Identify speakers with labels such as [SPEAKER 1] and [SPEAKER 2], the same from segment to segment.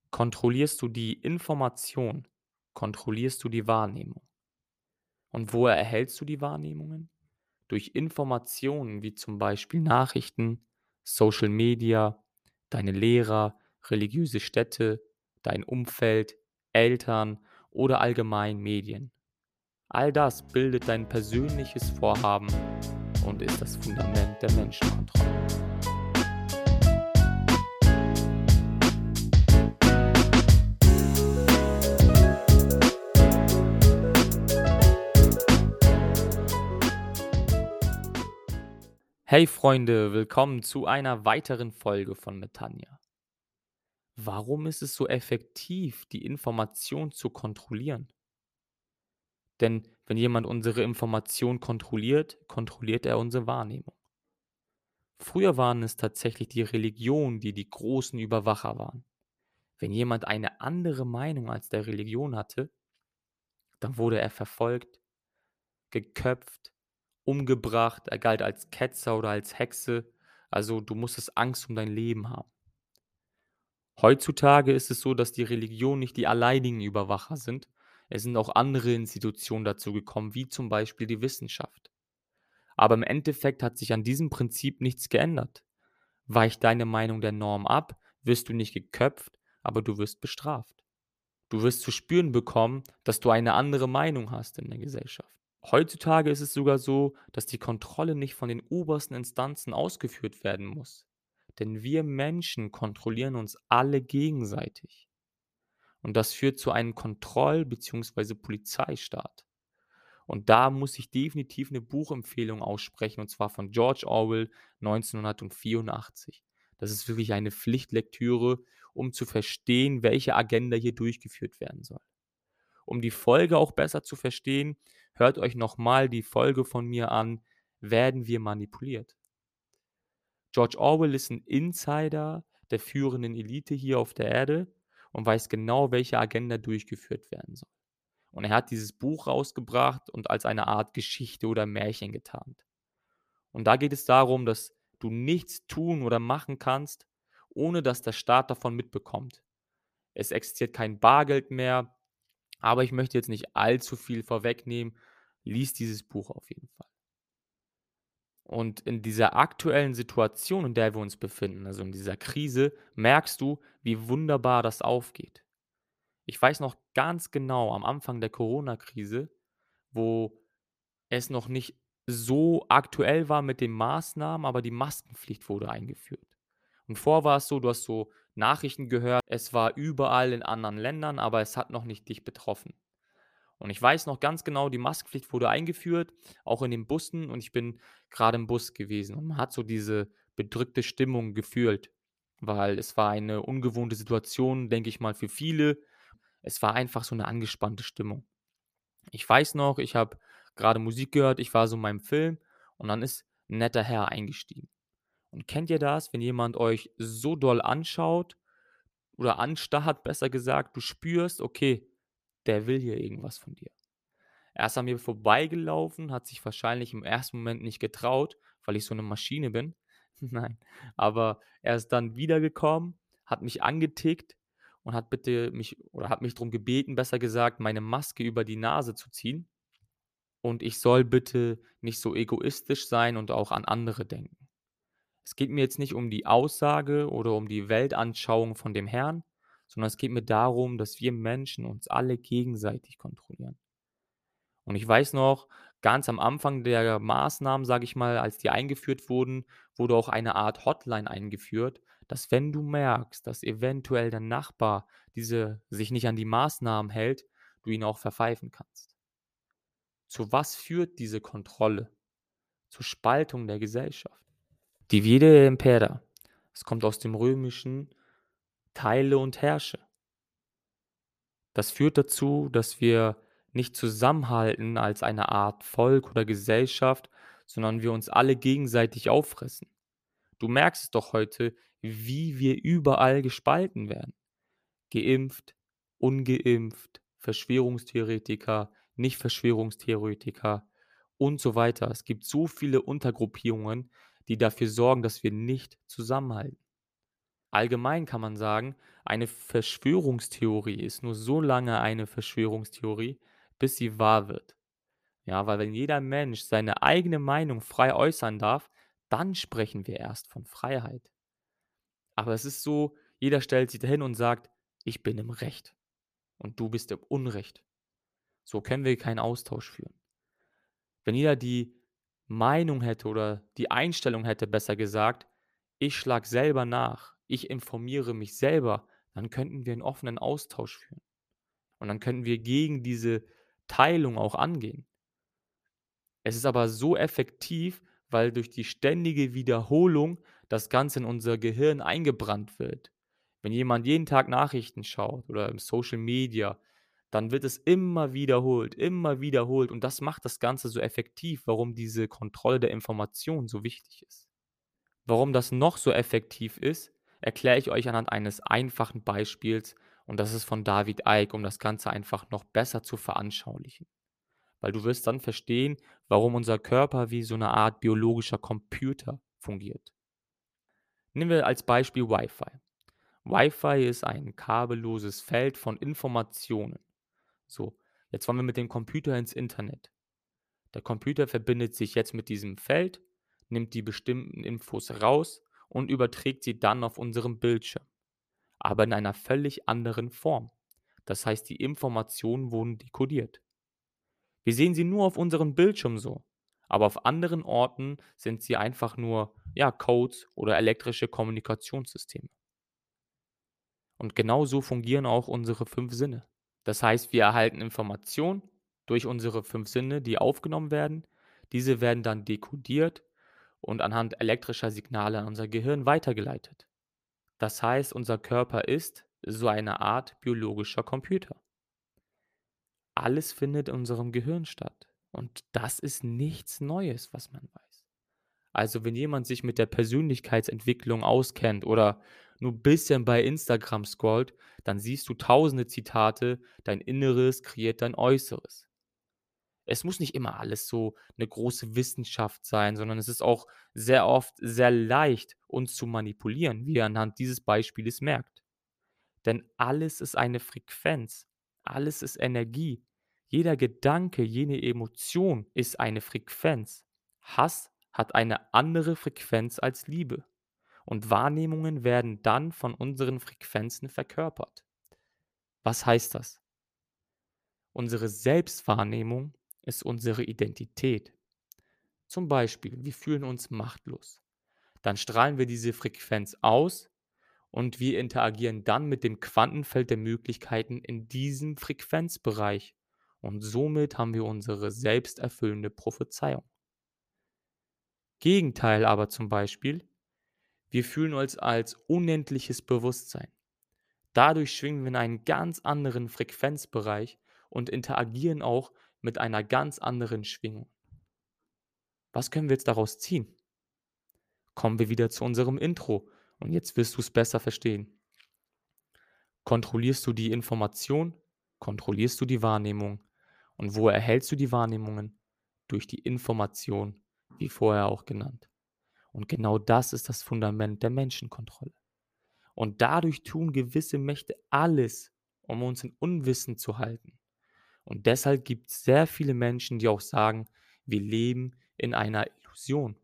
[SPEAKER 1] Kontrollierst du die Information? Kontrollierst du die Wahrnehmung? Und woher erhältst du die Wahrnehmungen? Durch Informationen wie zum Beispiel Nachrichten, Social Media, deine Lehrer, religiöse Städte, dein Umfeld, Eltern oder allgemein Medien. All das bildet dein persönliches Vorhaben und ist das Fundament der Menschenkontrolle. Hey Freunde, willkommen zu einer weiteren Folge von Metania. Warum ist es so effektiv, die Information zu kontrollieren? Denn wenn jemand unsere Information kontrolliert, kontrolliert er unsere Wahrnehmung. Früher waren es tatsächlich die Religionen, die die großen Überwacher waren. Wenn jemand eine andere Meinung als der Religion hatte, dann wurde er verfolgt, geköpft, umgebracht, er galt als Ketzer oder als Hexe, also du musstest Angst um dein Leben haben. Heutzutage ist es so, dass die Religionen nicht die alleinigen Überwacher sind. Es sind auch andere Institutionen dazu gekommen, wie zum Beispiel die Wissenschaft. Aber im Endeffekt hat sich an diesem Prinzip nichts geändert. Weicht deine Meinung der Norm ab, wirst du nicht geköpft, aber du wirst bestraft. Du wirst zu spüren bekommen, dass du eine andere Meinung hast in der Gesellschaft. Heutzutage ist es sogar so, dass die Kontrolle nicht von den obersten Instanzen ausgeführt werden muss. Denn wir Menschen kontrollieren uns alle gegenseitig. Und das führt zu einem Kontroll- bzw. Polizeistaat. Und da muss ich definitiv eine Buchempfehlung aussprechen, und zwar von George Orwell 1984. Das ist wirklich eine Pflichtlektüre, um zu verstehen, welche Agenda hier durchgeführt werden soll. Um die Folge auch besser zu verstehen, hört euch noch mal die Folge von mir an: „Werden wir manipuliert?“ George Orwell ist 'n Insider der führenden Elite hier auf der Erde und weiß genau, welche Agenda durchgeführt werden soll. Und er hat dieses Buch rausgebracht und als eine Art Geschichte oder Märchen getarnt. Und da geht es darum, dass du nichts tun oder machen kannst, ohne dass der Staat davon mitbekommt. Es existiert kein Bargeld mehr, aber ich möchte jetzt nicht allzu viel vorwegnehmen. Lies dieses Buch auf jeden Fall. Und in dieser aktuellen Situation, in der wir uns befinden, also in dieser Krise, merkst du, wie wunderbar das aufgeht. Ich weiß noch ganz genau am Anfang der Corona-Krise, wo es noch nicht so aktuell war mit den Maßnahmen, aber die Maskenpflicht wurde eingeführt. Und vorher war es so, du hast so Nachrichten gehört, es war überall in anderen Ländern, aber es hat noch nicht dich betroffen. Und ich weiß noch ganz genau, die Maskenpflicht wurde eingeführt, auch in den Bussen, und ich bin gerade im Bus gewesen und man hat so diese bedrückte Stimmung gefühlt, weil es war eine ungewohnte Situation, denke ich mal, für viele. Es war einfach so eine angespannte Stimmung. Ich weiß noch, ich habe gerade Musik gehört, ich war so in meinem Film und dann ist 'n netter Herr eingestiegen. Und kennt ihr das, wenn jemand euch so doll anschaut oder anstarrt, besser gesagt, du spürst: „Okay, der will hier irgendwas von dir.“ Er ist an mir vorbeigelaufen, hat sich wahrscheinlich im ersten Moment nicht getraut, weil ich so 'ne Maschine bin. Nein, aber er ist dann wiedergekommen, hat mich angetickt und hat mich drum gebeten, besser gesagt, meine Maske über die Nase zu ziehen und ich soll bitte nicht so egoistisch sein und auch an andere denken. Es geht mir jetzt nicht um die Aussage oder um die Weltanschauung von dem Herrn, sondern es geht mir darum, dass wir Menschen uns alle gegenseitig kontrollieren. Und ich weiß noch, ganz am Anfang der Maßnahmen, sage ich mal, als die eingeführt wurden, wurde auch eine Art Hotline eingeführt, dass wenn du merkst, dass eventuell der Nachbar sich nicht an die Maßnahmen hält, du ihn auch verpfeifen kannst. Zu was führt diese Kontrolle? Zur Spaltung der Gesellschaft. Divide et impera. Es kommt aus dem Römischen „Teile und herrsche“. Das führt dazu, dass wir nicht zusammenhalten als eine Art Volk oder Gesellschaft, sondern wir uns alle gegenseitig auffressen. Du merkst es doch heute, wie wir überall gespalten werden. Geimpft, ungeimpft, Verschwörungstheoretiker, Nicht-Verschwörungstheoretiker und so weiter. Es gibt so viele Untergruppierungen, die dafür sorgen, dass wir nicht zusammenhalten. Allgemein kann man sagen, eine Verschwörungstheorie ist nur so lange eine Verschwörungstheorie, bis sie wahr wird. Ja, weil wenn jeder Mensch seine eigene Meinung frei äußern darf, dann sprechen wir erst von Freiheit. Aber es ist so, jeder stellt sich dahin und sagt: „Ich bin im Recht und du bist im Unrecht.“ So können wir keinen Austausch führen. Wenn jeder die Meinung hätte oder die Einstellung hätte, besser gesagt: „Ich schlage selber nach, ich informiere mich selber“, dann könnten wir 'n offenen Austausch führen und dann könnten wir gegen diese Teilung auch angehen. Es ist aber so effektiv, weil durch die ständige Wiederholung das Ganze in unser Gehirn eingebrannt wird. Wenn jemand jeden Tag Nachrichten schaut oder im Social Media, dann wird es immer wiederholt und das macht das Ganze so effektiv, warum diese Kontrolle der Information so wichtig ist. Warum das noch so effektiv ist, erkläre ich euch anhand eines einfachen Beispiels und das ist von David Icke, um das Ganze einfach noch besser zu veranschaulichen. Weil du wirst dann verstehen, warum unser Körper wie so eine Art biologischer Computer fungiert. Nehmen wir als Beispiel Wi-Fi. Wi-Fi ist ein kabelloses Feld von Informationen. So, jetzt wollen wir mit dem Computer ins Internet. Der Computer verbindet sich jetzt mit diesem Feld, nimmt die bestimmten Infos raus und überträgt sie dann auf unserem Bildschirm, aber in einer völlig anderen Form. Das heißt, die Informationen wurden dekodiert. Wir sehen sie nur auf unserem Bildschirm so, aber auf anderen Orten sind sie einfach nur, ja, Codes oder elektrische Kommunikationssysteme. Und genau so fungieren auch unsere 5 Sinne. Das heißt, wir erhalten Informationen durch unsere 5 Sinne, die aufgenommen werden. Diese werden dann dekodiert und anhand elektrischer Signale an unser Gehirn weitergeleitet. Das heißt, unser Körper ist so eine Art biologischer Computer. Alles findet in unserem Gehirn statt. Und das ist nichts Neues, was man weiß. Also, wenn jemand sich mit der Persönlichkeitsentwicklung auskennt oder nur ein bisschen bei Instagram scrollt, dann siehst du tausende Zitate: „Dein Inneres kreiert dein Äußeres.“ Es muss nicht immer alles so eine große Wissenschaft sein, sondern es ist auch sehr oft sehr leicht, uns zu manipulieren, wie ihr anhand dieses Beispieles merkt. Denn alles ist eine Frequenz. Alles ist Energie. Jeder Gedanke, jede Emotion ist eine Frequenz. Hass hat eine andere Frequenz als Liebe. Und Wahrnehmungen werden dann von unseren Frequenzen verkörpert. Was heißt das? Unsere Selbstwahrnehmung ist unsere Identität. Zum Beispiel, wir fühlen uns machtlos. Dann strahlen wir diese Frequenz aus und wir interagieren dann mit dem Quantenfeld der Möglichkeiten in diesem Frequenzbereich. Und somit haben wir unsere selbsterfüllende Prophezeiung. Gegenteil aber zum Beispiel, wir fühlen uns als unendliches Bewusstsein. Dadurch schwingen wir in einen ganz anderen Frequenzbereich und interagieren auch mit einer ganz anderen Schwingung. Was können wir jetzt daraus ziehen? Kommen wir wieder zu unserem Intro und jetzt wirst du es besser verstehen. Kontrollierst du die Information, kontrollierst du die Wahrnehmung. Und wo erhältst du die Wahrnehmungen? Durch die Information, wie vorher auch genannt. Und genau das ist das Fundament der Menschenkontrolle. Und dadurch tun gewisse Mächte alles, um uns in Unwissen zu halten. Und deshalb gibt es sehr viele Menschen, die auch sagen, wir leben in einer Illusion.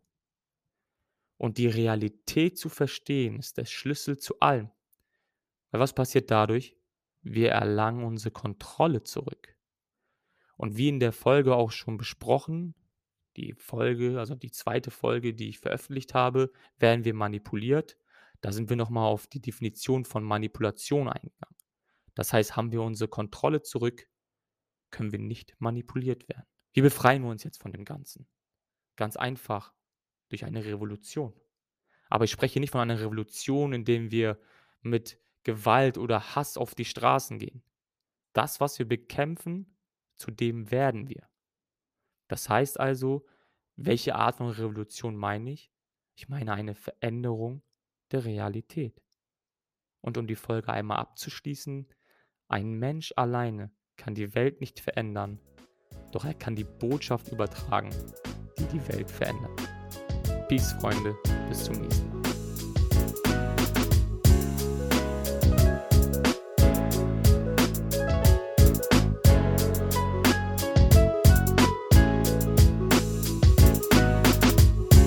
[SPEAKER 1] Und die Realität zu verstehen, ist der Schlüssel zu allem. Weil was passiert dadurch? Wir erlangen unsere Kontrolle zurück. Und wie in der Folge auch schon besprochen, die Folge, also die zweite Folge, die ich veröffentlicht habe, werden wir manipuliert. Da sind wir nochmal auf die Definition von Manipulation eingegangen. Das heißt, haben wir unsere Kontrolle zurück, können wir nicht manipuliert werden. Wie befreien wir uns jetzt von dem Ganzen? Ganz einfach, durch eine Revolution. Aber ich spreche nicht von einer Revolution, indem wir mit Gewalt oder Hass auf die Straßen gehen. Das, was wir bekämpfen, zu dem werden wir. Das heißt also, welche Art von Revolution meine ich? Ich meine eine Veränderung der Realität. Und um die Folge einmal abzuschließen, ein Mensch alleine kann die Welt nicht verändern, doch er kann die Botschaft übertragen, die die Welt verändert. Peace, Freunde, bis zum nächsten Mal.